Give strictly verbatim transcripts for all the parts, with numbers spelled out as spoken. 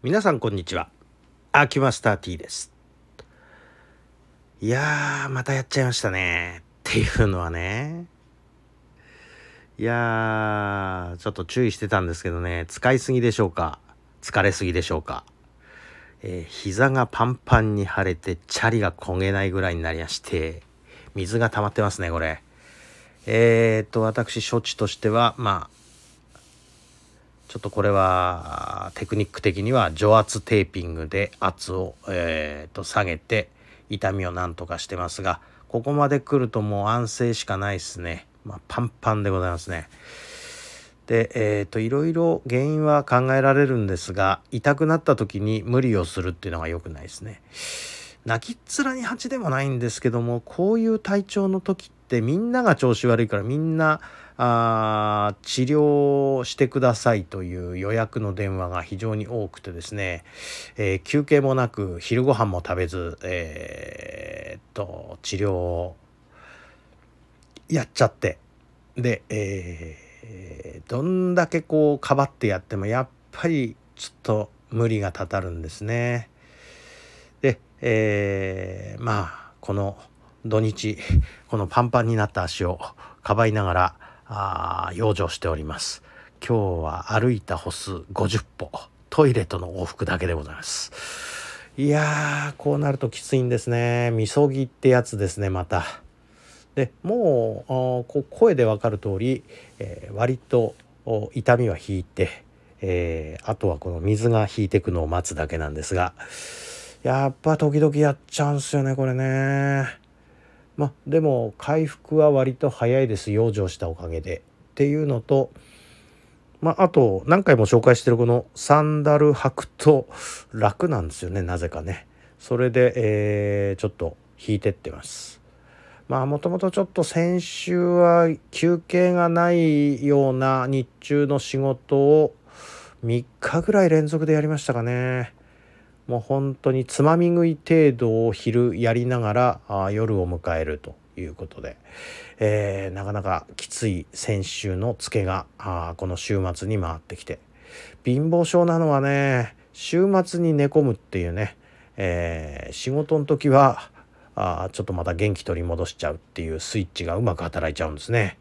皆さんこんにちは。アーキュマスター T です。いやーまたやっちゃいましたねっていうのはね、いやーちょっと注意してたんですけどね、使いすぎでしょうか、疲れすぎでしょうか、えー、膝がパンパンに腫れてチャリが焦げないぐらいになりまして、水が溜まってますねこれ。えーっと私処置としてはまあちょっとこれはテクニック的には除圧テーピングで圧を、えー、と下げて痛みをなんとかしてますが、ここまで来るともう安静しかないですね。まあ、パンパンでございますね。で、えー、といろいろ原因は考えられるんですが、痛くなった時に無理をするっていうのが良くないですね。泣きっ面に蜂でもないんですけども、こういう体調の時ってみんなが調子悪いからみんなあ治療してくださいという予約の電話が非常に多くてですね、えー、休憩もなく昼ご飯も食べず、えー、っと治療をやっちゃって、で、えー、どんだけこうかばってやってもやっぱりちょっと無理がたたるんですね。で、えー、まあこの土日このパンパンになった足をかばいながらあ養生しております。今日は歩いた歩数ごじゅっぽ、トイレとの往復だけでございます。いやーこうなるときついんですね。みそぎってやつですね。またでもうこ声でわかる通り、えー、割と痛みは引いて、えー、あとはこの水が引いてくのを待つだけなんですが、やっぱ時々やっちゃうんすよねこれね。まあでも回復は割と早いです、養生したおかげでっていうのと、まああと何回も紹介してるこのサンダル履くと楽なんですよね、なぜかね。それで、えー、ちょっと引いてってます。まあもともとちょっと先週は休憩がないような日中の仕事をみっかぐらい連続でやりましたかね。もう本当につまみ食い程度を昼やりながらあ夜を迎えるということで、えー、なかなかきつい先週のツケがあこの週末に回ってきて、貧乏症なのはね、週末に寝込むっていうね、えー、仕事の時はあちょっとまた元気取り戻しちゃうっていうスイッチがうまく働いちゃうんですね。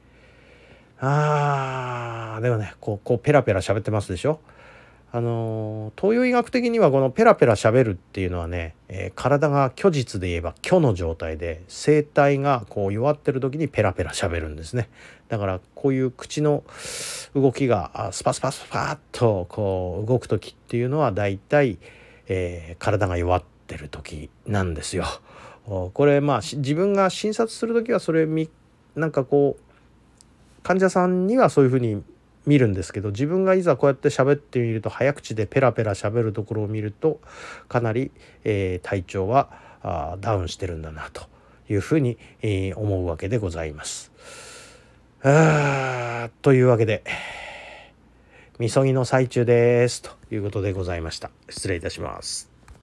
あーでもねこう、こうペラペラ喋ってますでしょ。あの東洋医学的にはこのペラペラ喋るっていうのはね、えー、体が虚実で言えば虚の状態で、声帯がこう弱ってる時にペラペラ喋るんですね。だからこういう口の動きがスパスパスパッとこう動く時っていうのはだいたい、えー、体が弱ってる時なんですよ。これまあ自分が診察する時はそれみなんかこう患者さんにはそういうふうに見るんですけど、自分がいざこうやって喋ってみると、早口でペラペラ喋るところを見るとかなり、えー、体調はあダウンしてるんだなというふうに、えー、思うわけでございます。あというわけでみそぎの最中ですということでございました。失礼いたします。